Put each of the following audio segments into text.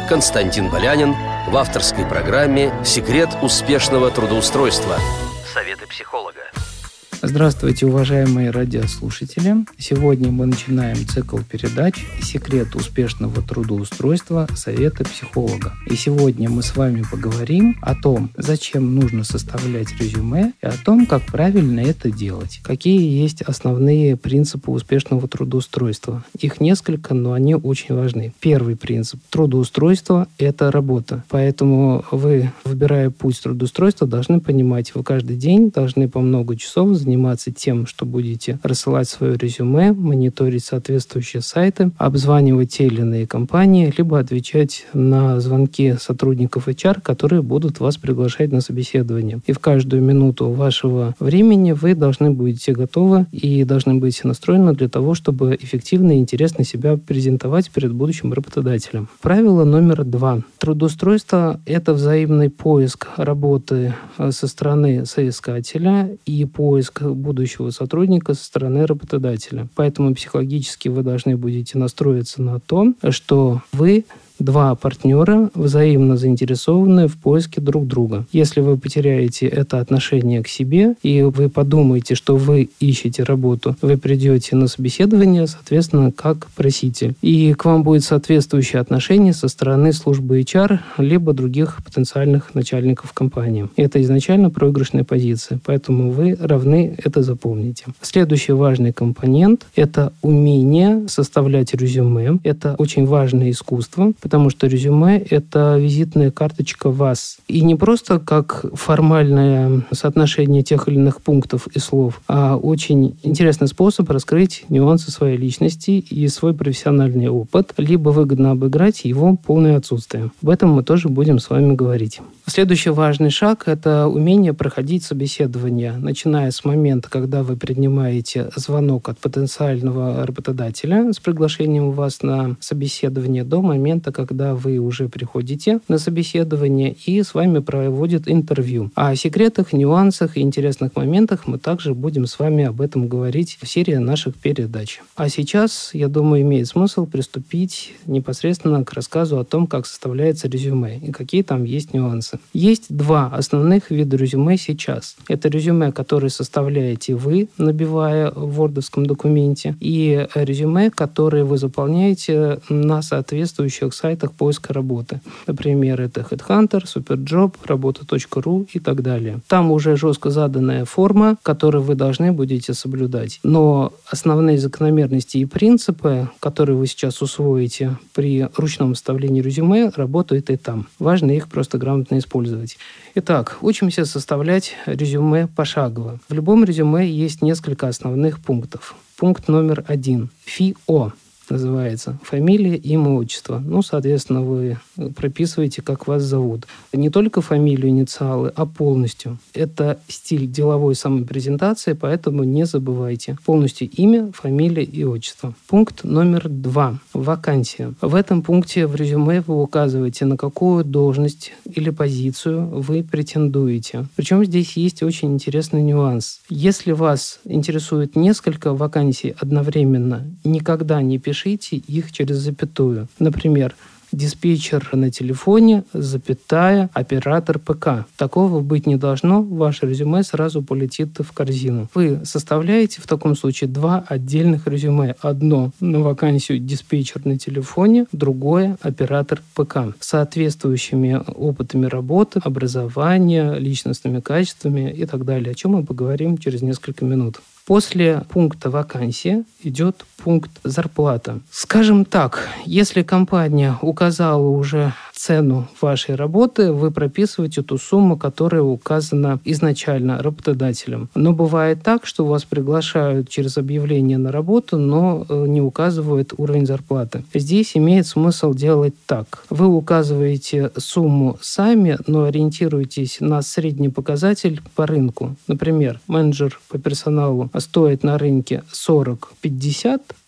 Константин Болянин в авторской программе «Секрет успешного трудоустройства». Советы психолога. Здравствуйте, уважаемые радиослушатели! Сегодня мы начинаем цикл передач «Секрет успешного трудоустройства. Советы психолога». И сегодня мы с вами поговорим о том, зачем нужно составлять резюме и о том, как правильно это делать. Какие есть основные принципы успешного трудоустройства. Их несколько, но они очень важны. Первый принцип трудоустройства – это работа. Поэтому вы, выбирая путь трудоустройства, должны понимать, вы каждый день должны по много часов заниматься тем, что будете рассылать свое резюме, мониторить соответствующие сайты, обзванивать те или иные компании, либо отвечать на звонки сотрудников HR, которые будут вас приглашать на собеседование. И в каждую минуту вашего времени вы должны будете готовы и должны быть настроены для того, чтобы эффективно и интересно себя презентовать перед будущим работодателем. Правило номер 2. Трудоустройство – это взаимный поиск работы со стороны соискателя и поиск будущего сотрудника со стороны работодателя. Поэтому психологически вы должны будете настроиться на то, что вы два партнера взаимно заинтересованы в поиске друг друга. Если вы потеряете это отношение к себе, и вы подумаете, что вы ищете работу, вы придете на собеседование, соответственно, как проситель. И к вам будет соответствующее отношение со стороны службы HR, либо других потенциальных начальников компании. Это изначально проигрышная позиция, поэтому вы равны, это запомните. Следующий важный компонент – это умение составлять резюме. Это очень важное искусство, потому что резюме – это визитная карточка вас. И не просто как формальное соотношение тех или иных пунктов и слов, а очень интересный способ раскрыть нюансы своей личности и свой профессиональный опыт, либо выгодно обыграть его полное отсутствие. Об этом мы тоже будем с вами говорить. Следующий важный шаг – это умение проходить собеседование, начиная с момента, когда вы принимаете звонок от потенциального работодателя с приглашением вас на собеседование, до момента, когда вы уже приходите на собеседование и с вами проводят интервью. О секретах, нюансах и интересных моментах мы также будем с вами об этом говорить в серии наших передач. А сейчас, я думаю, имеет смысл приступить непосредственно к рассказу о том, как составляется резюме и какие там есть нюансы. Есть два основных вида резюме сейчас. Это резюме, которое составляете вы, набивая в вордовском документе, и резюме, которое вы заполняете на соответствующих сайтах поиска работы. Например, это HeadHunter, Superjob, Работа.ру и так далее. Там уже жестко заданная форма, которую вы должны будете соблюдать. Но основные закономерности и принципы, которые вы сейчас усвоите при ручном составлении резюме, работают и там. Важно их просто грамотно использовать. Итак, учимся составлять резюме пошагово. В любом резюме есть несколько основных пунктов. Пункт номер 1. ФИО. Называется фамилия, имя, отчество. Соответственно, вы прописываете, как вас зовут. Не только фамилию, инициалы, а полностью. Это стиль деловой самопрезентации, поэтому не забывайте. Полностью имя, фамилия и отчество. Пункт номер 2. Вакансия. В этом пункте в резюме вы указываете, на какую должность или позицию вы претендуете. Причем здесь есть очень интересный нюанс. Если вас интересует несколько вакансий одновременно, никогда не пишите их через запятую. Например, диспетчер на телефоне, запятая, оператор ПК. Такого быть не должно, ваше резюме сразу полетит в корзину. Вы составляете в таком случае два отдельных резюме. Одно на вакансию диспетчер на телефоне, другое оператор ПК. С соответствующими опытами работы, образования, личностными качествами и так далее, о чем мы поговорим через несколько минут. После пункта «Вакансия» идет пункт «Зарплата». Скажем так, если компания указала уже цену вашей работы, вы прописываете ту сумму, которая указана изначально работодателем. Но бывает так, что вас приглашают через объявление на работу, но не указывают уровень зарплаты. Здесь имеет смысл делать так. Вы указываете сумму сами, но ориентируетесь на средний показатель по рынку. Например, менеджер по персоналу стоит на рынке 40-50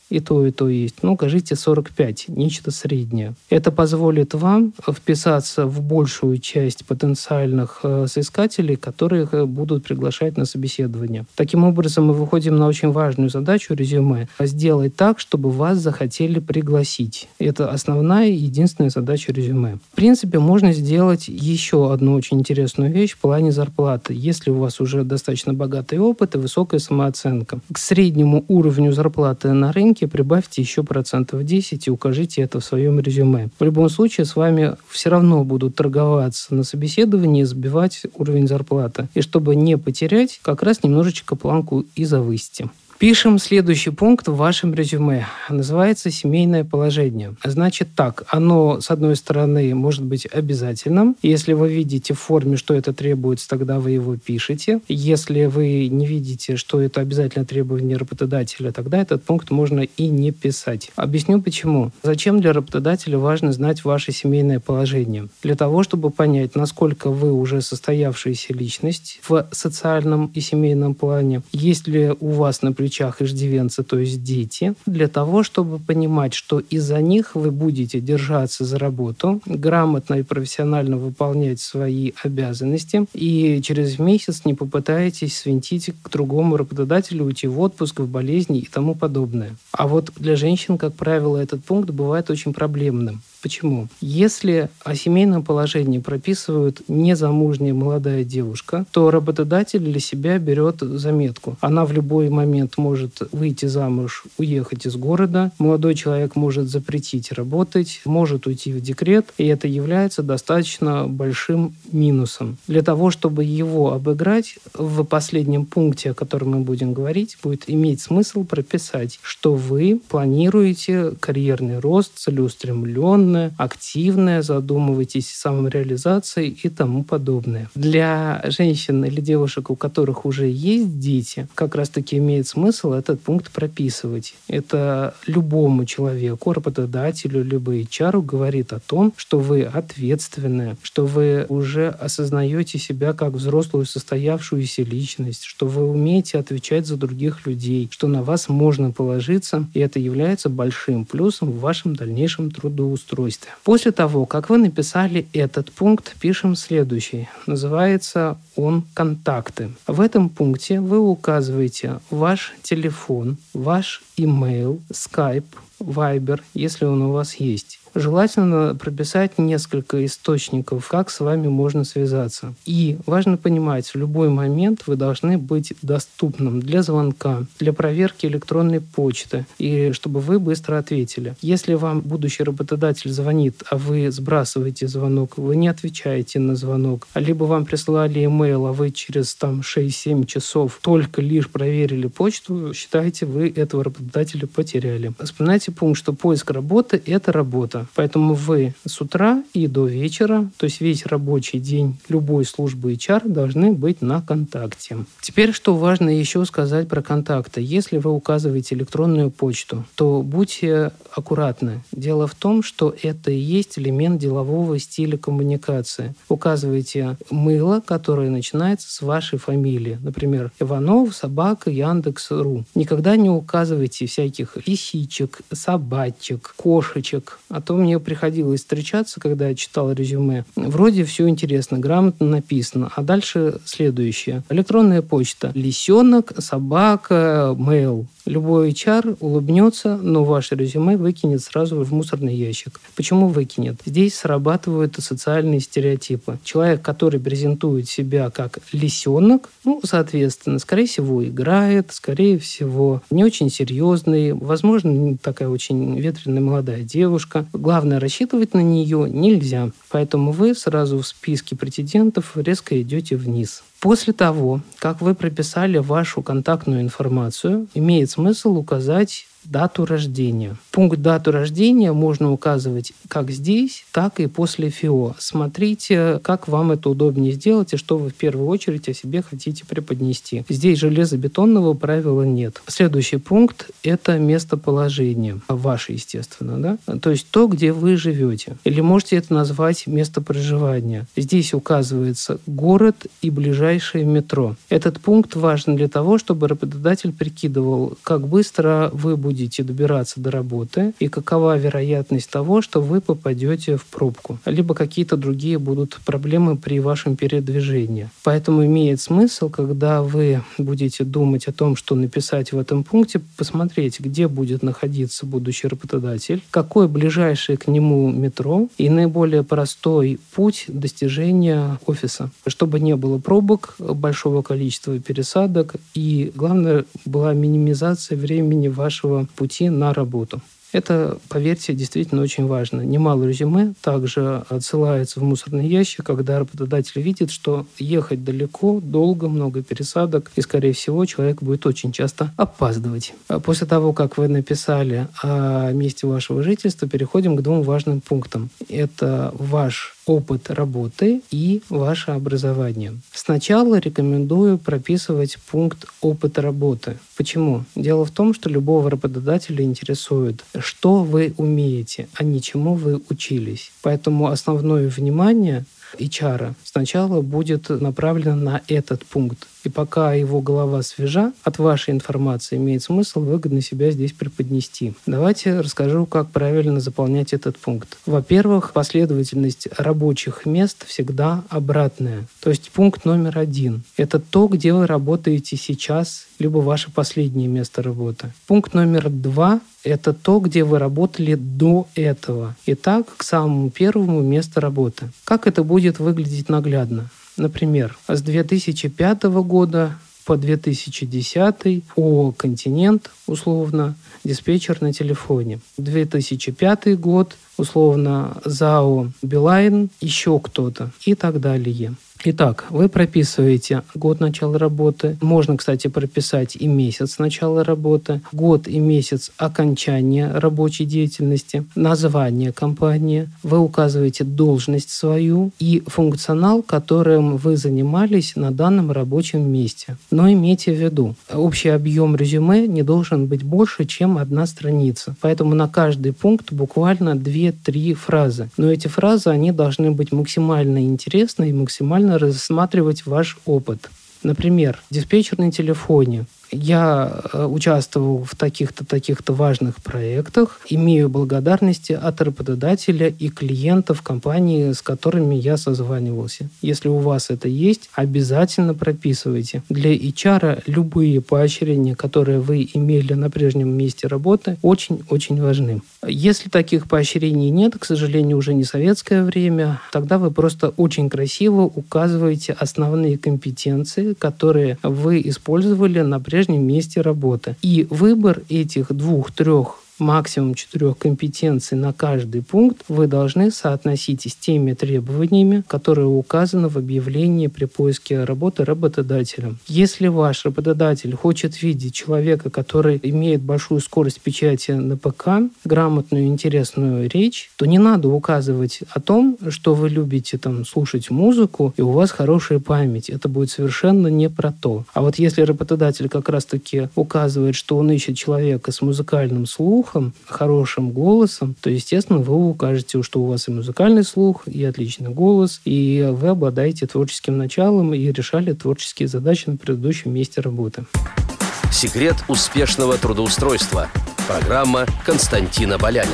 и то есть. Укажите 45, нечто среднее. Это позволит вам вписаться в большую часть потенциальных соискателей, которых будут приглашать на собеседование. Таким образом, мы выходим на очень важную задачу резюме – сделать так, чтобы вас захотели пригласить. Это основная и единственная задача резюме. В принципе, можно сделать еще одну очень интересную вещь в плане зарплаты. Если у вас уже достаточно богатый опыт и высокая самооценка. К среднему уровню зарплаты на рынке прибавьте еще 10% и укажите это в своем резюме. В любом случае, с вами все равно будут торговаться на собеседовании и сбивать уровень зарплаты. И чтобы не потерять, как раз немножечко планку и завысьте. Пишем следующий пункт в вашем резюме. Называется «Семейное положение». Значит так, оно, с одной стороны, может быть обязательным. Если вы видите в форме, что это требуется, тогда вы его пишете. Если вы не видите, что это обязательное требование работодателя, тогда этот пункт можно и не писать. Объясню почему. Зачем для работодателя важно знать ваше семейное положение? Для того, чтобы понять, насколько вы уже состоявшаяся личность в социальном и семейном плане. Есть ли у вас, например, иждивенцы, то есть дети, для того, чтобы понимать, что из-за них вы будете держаться за работу, грамотно и профессионально выполнять свои обязанности, и через месяц не попытаетесь свинтить к другому работодателю, уйти в отпуск, в болезни и тому подобное. А вот для женщин, как правило, этот пункт бывает очень проблемным. Почему? Если о семейном положении прописывают незамужняя молодая девушка, то работодатель для себя берет заметку. Она в любой момент может выйти замуж, уехать из города, молодой человек может запретить работать, может уйти в декрет, и это является достаточно большим минусом. Для того, чтобы его обыграть, в последнем пункте, о котором мы будем говорить, будет иметь смысл прописать, что вы планируете карьерный рост, целеустремленный, активная, задумываетесь о самореализации и тому подобное. Для женщин или девушек, у которых уже есть дети, как раз-таки имеет смысл этот пункт прописывать. Это любому человеку, работодателю, либо HR говорит о том, что вы ответственны, что вы уже осознаете себя как взрослую состоявшуюся личность, что вы умеете отвечать за других людей, что на вас можно положиться, и это является большим плюсом в вашем дальнейшем трудоустройстве. После того, как вы написали этот пункт, пишем следующий. Называется он «Контакты». В этом пункте вы указываете ваш телефон, ваш имейл, скайп, вайбер, если он у вас есть. Желательно прописать несколько источников, как с вами можно связаться. И важно понимать, в любой момент вы должны быть доступным для звонка, для проверки электронной почты, и чтобы вы быстро ответили. Если вам будущий работодатель звонит, а вы сбрасываете звонок, вы не отвечаете на звонок, либо вам прислали имейл, а вы через 6-7 часов только лишь проверили почту, считайте, вы этого работодателя потеряли. Вспоминайте пункт, что поиск работы – это работа. Поэтому вы с утра и до вечера, то есть весь рабочий день любой службы HR должны быть на контакте. Теперь, что важно еще сказать про контакты. Если вы указываете электронную почту, то будьте аккуратны. Дело в том, что это и есть элемент делового стиля коммуникации. Указывайте мыло, которое начинается с вашей фамилии. Например, Иванов, собака, Яндекс.ру. Никогда не указывайте всяких лисичек, собачек, кошечек. А то мне приходилось встречаться, когда я читал резюме. Вроде все интересно, грамотно написано. А дальше следующее. Электронная почта. Лисенок, собака, mail. Любой HR улыбнется, но ваше резюме выкинет сразу в мусорный ящик. Почему выкинет? Здесь срабатывают социальные стереотипы. Человек, который презентует себя как лисенок, соответственно, скорее всего, играет, скорее всего, не очень серьезный, возможно, такая очень ветреная молодая девушка. Главное, рассчитывать на нее нельзя. Поэтому вы сразу в списке претендентов резко идете вниз. После того, как вы прописали вашу контактную информацию, имеет смысл указать дату рождения. Пункт «Дату рождения» можно указывать как здесь, так и после ФИО. Смотрите, как вам это удобнее сделать и что вы в первую очередь о себе хотите преподнести. Здесь железобетонного правила нет. Следующий пункт – это местоположение. Ваше, естественно, да? То есть то, где вы живете. Или можете это назвать место проживания. Здесь указывается город и ближайшее метро. Этот пункт важен для того, чтобы работодатель прикидывал, как быстро вы будете будете добираться до работы и какова вероятность того, что вы попадете в пробку, либо какие-то другие будут проблемы при вашем передвижении. Поэтому имеет смысл, когда вы будете думать о том, что написать в этом пункте, посмотреть, где будет находиться будущий работодатель, какое ближайшее к нему метро и наиболее простой путь достижения офиса, чтобы не было пробок, большого количества пересадок и, главное, была минимизация времени вашего пути на работу. Это, поверьте, действительно очень важно. Немало резюме также отсылается в мусорный ящик, когда работодатель видит, что ехать далеко, долго, много пересадок, и, скорее всего, человек будет очень часто опаздывать. После того, как вы написали о месте вашего жительства, переходим к двум важным пунктам. Это ваш опыт работы и ваше образование. Сначала рекомендую прописывать пункт опыта работы. Почему? Дело в том, что любого работодателя интересует, что вы умеете, а не чему вы учились. Поэтому основное внимание HR сначала будет направлено на этот пункт. И пока его голова свежа, от вашей информации имеет смысл выгодно себя здесь преподнести. Давайте расскажу, как правильно заполнять этот пункт. Во-первых, последовательность рабочих мест всегда обратная. То есть пункт номер 1 – это то, где вы работаете сейчас, либо ваше последнее место работы. Пункт номер 2 – это то, где вы работали до этого. Итак, к самому первому месту работы. Как это будет выглядеть наглядно? Например, с 2005 года по 2010 ООО «Континент», условно, диспетчер на телефоне. 2005 год, условно, ЗАО «Билайн», еще кто-то и так далее. Итак, вы прописываете год начала работы. Можно, кстати, прописать и месяц начала работы, год и месяц окончания рабочей деятельности, название компании. Вы указываете должность свою и функционал, которым вы занимались на данном рабочем месте. Но имейте в виду, общий объем резюме не должен быть больше, чем 1 страница. Поэтому на каждый пункт буквально 2-3 фразы. Но эти фразы, они должны быть максимально интересны и максимально рассматривать ваш опыт. Например, диспетчер на телефоне. Я участвовал в таких-то важных проектах, имею благодарности от работодателя и клиентов компании, с которыми я созванивался. Если у вас это есть, обязательно прописывайте. Для HR любые поощрения, которые вы имели на прежнем месте работы, очень-очень важны. Если таких поощрений нет, к сожалению, уже не советское время, тогда вы просто очень красиво указываете основные компетенции, которые вы использовали на прежнем месте работы. И выбор этих 2-3 максимум 4 компетенций на каждый пункт вы должны соотносить с теми требованиями, которые указаны в объявлении при поиске работы работодателем. Если ваш работодатель хочет видеть человека, который имеет большую скорость печати на ПК, грамотную, интересную речь, то не надо указывать о том, что вы любите слушать музыку и у вас хорошая память. Это будет совершенно не про то. А вот если работодатель как раз-таки указывает, что он ищет человека с музыкальным слухом, хорошим голосом, то, естественно, вы укажете, что у вас и музыкальный слух, и отличный голос, и вы обладаете творческим началом и решали творческие задачи на предыдущем месте работы. Секрет успешного трудоустройства. Программа Константина Болянина.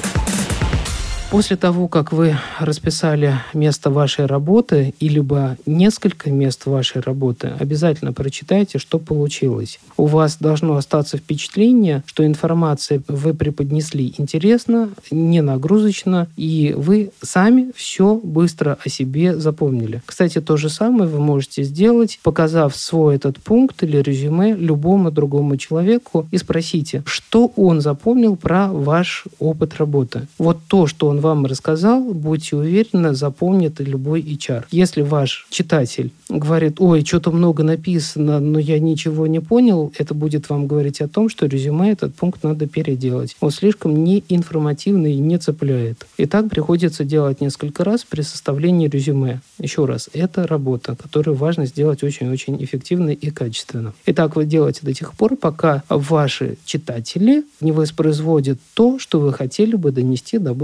После того, как вы расписали место вашей работы, и либо несколько мест вашей работы, обязательно прочитайте, что получилось. У вас должно остаться впечатление, что информация вы преподнесли интересно, не нагрузочно, и вы сами все быстро о себе запомнили. Кстати, то же самое вы можете сделать, показав свой этот пункт или резюме любому другому человеку и спросите, что он запомнил про ваш опыт работы. Вот то, что он вам рассказал, будьте уверены, запомнит любой HR. Если ваш читатель говорит, ой, что-то много написано, но я ничего не понял, это будет вам говорить о том, что резюме этот пункт надо переделать. Он слишком неинформативный и не цепляет. И так приходится делать несколько раз при составлении резюме. Еще раз, это работа, которую важно сделать очень-очень эффективно и качественно. Итак, вы делаете до тех пор, пока ваши читатели не воспроизводят то, что вы хотели бы донести до будущего работодателя.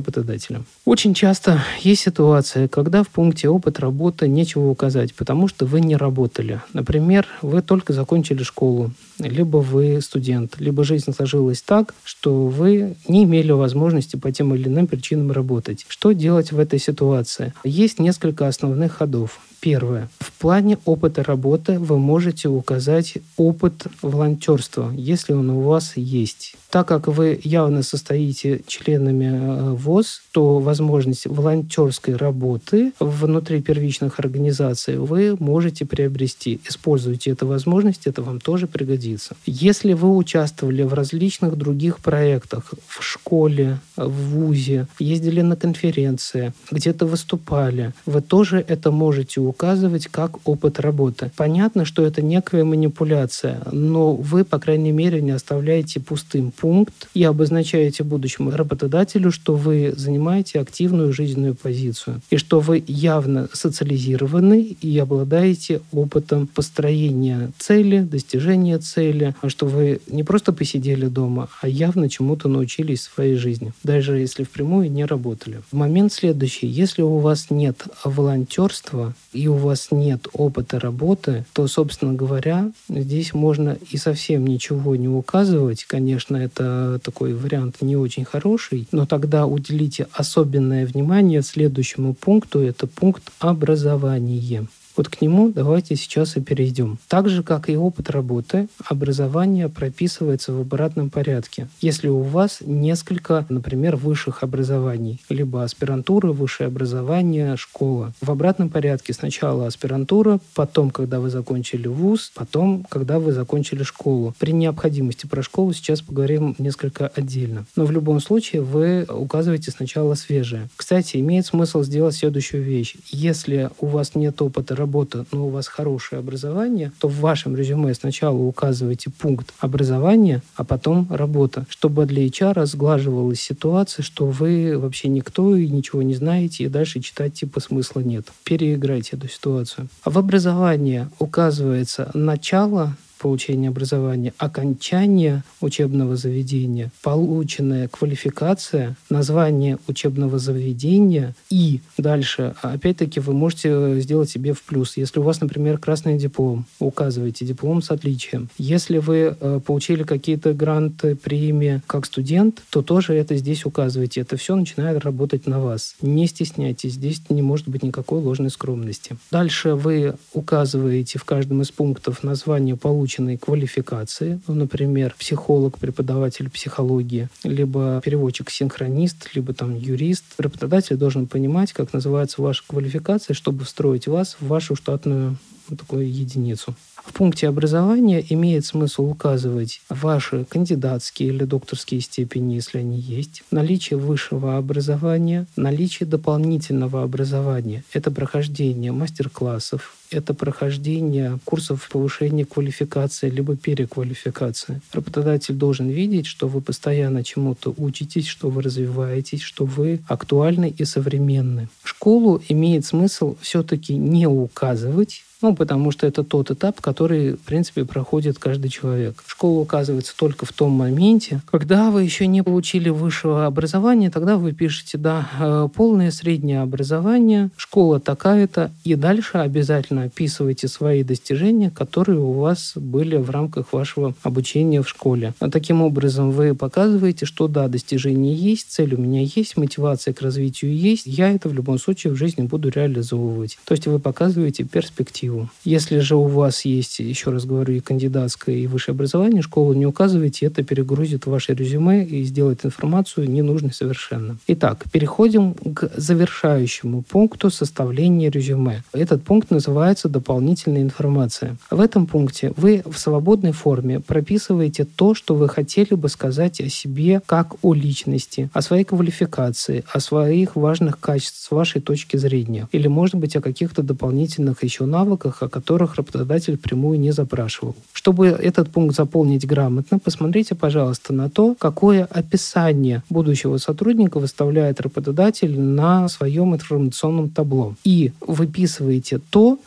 работодателя. Очень часто есть ситуация, когда в пункте «Опыт работы» нечего указать, потому что вы не работали. Например, вы только закончили школу, либо вы студент, либо жизнь сложилась так, что вы не имели возможности по тем или иным причинам работать. Что делать в этой ситуации? Есть несколько основных ходов. Первое. В плане опыта работы вы можете указать опыт волонтерства, если он у вас есть. Так как вы явно состоите членами ВОС, то возможность волонтерской работы внутри первичных организаций вы можете приобрести. Используйте эту возможность, это вам тоже пригодится. Если вы участвовали в различных других проектах, в школе, в вузе, ездили на конференции, где-то выступали, вы тоже это можете указывать как опыт работы. Понятно, что это некая манипуляция, но вы, по крайней мере, не оставляете пустым пункт и обозначаете будущему работодателю, что вы занимаете активную жизненную позицию и что вы явно социализированы и обладаете опытом построения цели, достижения цели, что вы не просто посидели дома, а явно чему-то научились в своей жизни, даже если впрямую не работали. Момент следующий. Если у вас нет волонтерства и у вас нет опыта работы, то, собственно говоря, здесь можно и совсем ничего не указывать. Конечно, это такой вариант не очень хороший, но тогда уделите особенное внимание следующему пункту. Это пункт образования. Вот к нему давайте сейчас и перейдем. Так же, как и опыт работы, образование прописывается в обратном порядке. Если у вас несколько, например, высших образований, либо аспирантура, высшее образование, школа. В обратном порядке сначала аспирантура, потом, когда вы закончили вуз, потом, когда вы закончили школу. При необходимости про школу сейчас поговорим несколько отдельно. Но в любом случае вы указываете сначала свежее. Кстати, имеет смысл сделать следующую вещь. Если у вас нет опыта работы, но у вас хорошее образование, то в вашем резюме сначала указывайте пункт образования, а потом работа, чтобы для HR сглаживалась ситуация, что вы вообще никто и ничего не знаете, и дальше читать типа смысла нет. Переиграйте эту ситуацию. А в образовании указывается начало получения образования, окончание учебного заведения, полученная квалификация, название учебного заведения и дальше, опять-таки, вы можете сделать себе в плюс. Если у вас, например, красный диплом, указывайте диплом с отличием. Если вы получили какие-то гранты, премии как студент, то тоже это здесь указывайте. Это все начинает работать на вас. Не стесняйтесь, здесь не может быть никакой ложной скромности. Дальше вы указываете в каждом из пунктов название полученной квалификации, например, психолог, преподаватель психологии, либо переводчик-синхронист, либо там юрист. Работодатель должен понимать, как называется ваша квалификация, чтобы встроить вас в вашу штатную такую единицу. В пункте образования имеет смысл указывать ваши кандидатские или докторские степени, если они есть, наличие высшего образования, наличие дополнительного образования. Это прохождение мастер-классов, это прохождение курсов повышения квалификации либо переквалификации. Работодатель должен видеть, что вы постоянно чему-то учитесь, что вы развиваетесь, что вы актуальны и современны. Школу имеет смысл все-таки не указывать, потому что это тот этап, который, в принципе, проходит каждый человек. Школа указывается только в том моменте, когда вы еще не получили высшего образования, тогда вы пишете, полное среднее образование, школа такая-то, и дальше обязательно описывайте свои достижения, которые у вас были в рамках вашего обучения в школе. Таким образом, вы показываете, что достижения есть, цель у меня есть, мотивация к развитию есть, я это в любом случае в жизни буду реализовывать. То есть вы показываете перспективу. Если же у вас есть, еще раз говорю, и кандидатское, и высшее образование, школу не указывайте, это перегрузит ваше резюме и сделает информацию ненужной совершенно. Итак, переходим к завершающему пункту составления резюме. Этот пункт называется «Дополнительная информация». В этом пункте вы в свободной форме прописываете то, что вы хотели бы сказать о себе как о личности, о своей квалификации, о своих важных качествах с вашей точки зрения. Или, может быть, о каких-то дополнительных еще навыках, о которых работодатель впрямую не запрашивал. Чтобы этот пункт заполнить грамотно, посмотрите, пожалуйста, на то, какое описание будущего сотрудника выставляет работодатель на своем информационном табло. И выписывайте то,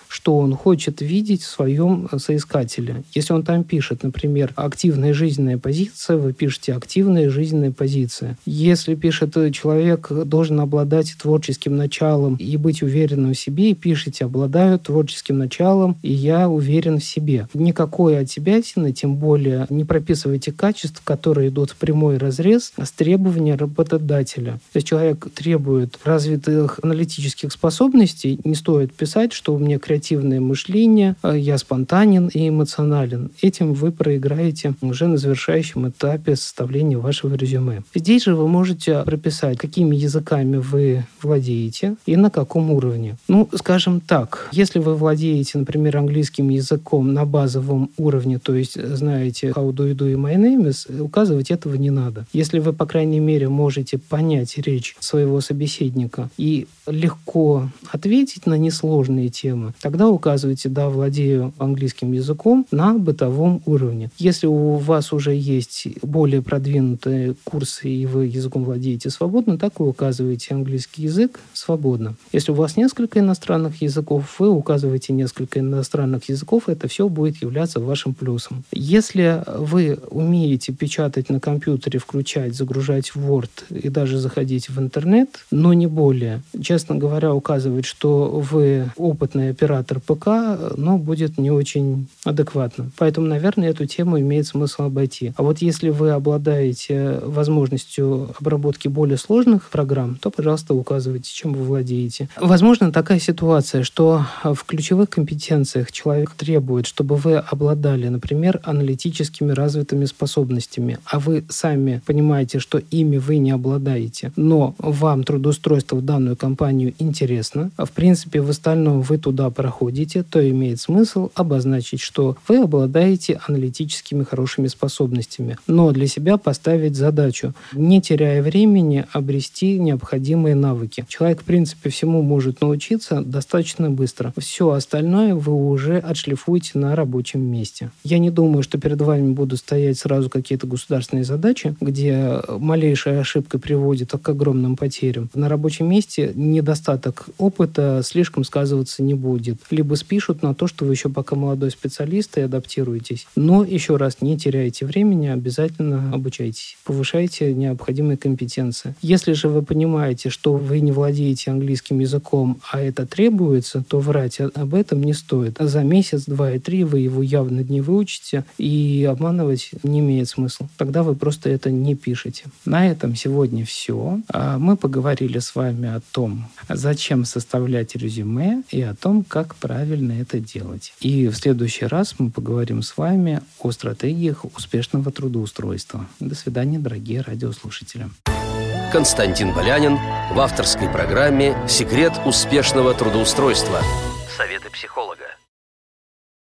что он хочет видеть в своем соискателе. Если он там пишет, например, активная жизненная позиция, вы пишете активная жизненная позиция. Если пишет человек должен обладать творческим началом и быть уверенным в себе, и пишите обладаю творческим началом, и я уверен в себе. Никакой отсебятины, тем более не прописывайте качеств, которые идут в прямой разрез с требованиями работодателя. Если человек требует развитых аналитических способностей, не стоит писать, что у меня креативное мышление, я спонтанен и эмоционален. Этим вы проиграете уже на завершающем этапе составления вашего резюме. Здесь же вы можете прописать, какими языками вы владеете и на каком уровне. Скажем так, если вы владеете, например, английским языком на базовом уровне, то есть знаете how do you do и my name is, указывать этого не надо. Если вы, по крайней мере, можете понять речь своего собеседника и легко ответить на несложные темы, тогда указывайте «да, владею английским языком» на бытовом уровне. Если у вас уже есть более продвинутые курсы и вы языком владеете свободно, так вы указываете английский язык свободно. Если у вас несколько иностранных языков, вы указываете несколько иностранных языков, это все будет являться вашим плюсом. Если вы умеете печатать на компьютере, включать, загружать в Word и даже заходить в интернет, но не более, честно говоря, указывать, что вы опытный оператор ПК, будет не очень адекватно. Поэтому, наверное, эту тему имеет смысл обойти. А вот если вы обладаете возможностью обработки более сложных программ, то, пожалуйста, указывайте, чем вы владеете. Возможно, такая ситуация, что в ключевых компетенциях человек требует, чтобы вы обладали, например, аналитическими развитыми способностями, а вы сами понимаете, что ими вы не обладаете, но вам трудоустройство в данную компанию интересно, в принципе, в остальном вы туда проходите, то имеет смысл обозначить, что вы обладаете аналитическими хорошими способностями, но для себя поставить задачу, не теряя времени, обрести необходимые навыки. Человек, в принципе, всему может научиться достаточно быстро. Все остальное вы уже отшлифуете на рабочем месте. Я не думаю, что перед вами будут стоять сразу какие-то государственные задачи, где малейшая ошибка приводит к огромным потерям. На рабочем месте недостаток опыта слишком сказываться не будет. Либо спишут на то, что вы еще пока молодой специалист и адаптируетесь. Но, еще раз, не теряйте времени, обязательно обучайтесь. Повышайте необходимые компетенции. Если же вы понимаете, что вы не владеете английским языком, а это требуется, то врать об этом не стоит. За месяц, 2 и 3 вы его явно не выучите, и обманывать не имеет смысла. Тогда вы просто это не пишете. На этом сегодня все. Мы поговорили с вами о том, зачем составлять резюме и о том, как правильно это делать. И в следующий раз мы поговорим с вами о стратегиях успешного трудоустройства. До свидания, дорогие радиослушатели. Константин Болянин в авторской программе «Секрет успешного трудоустройства». Советы психолога.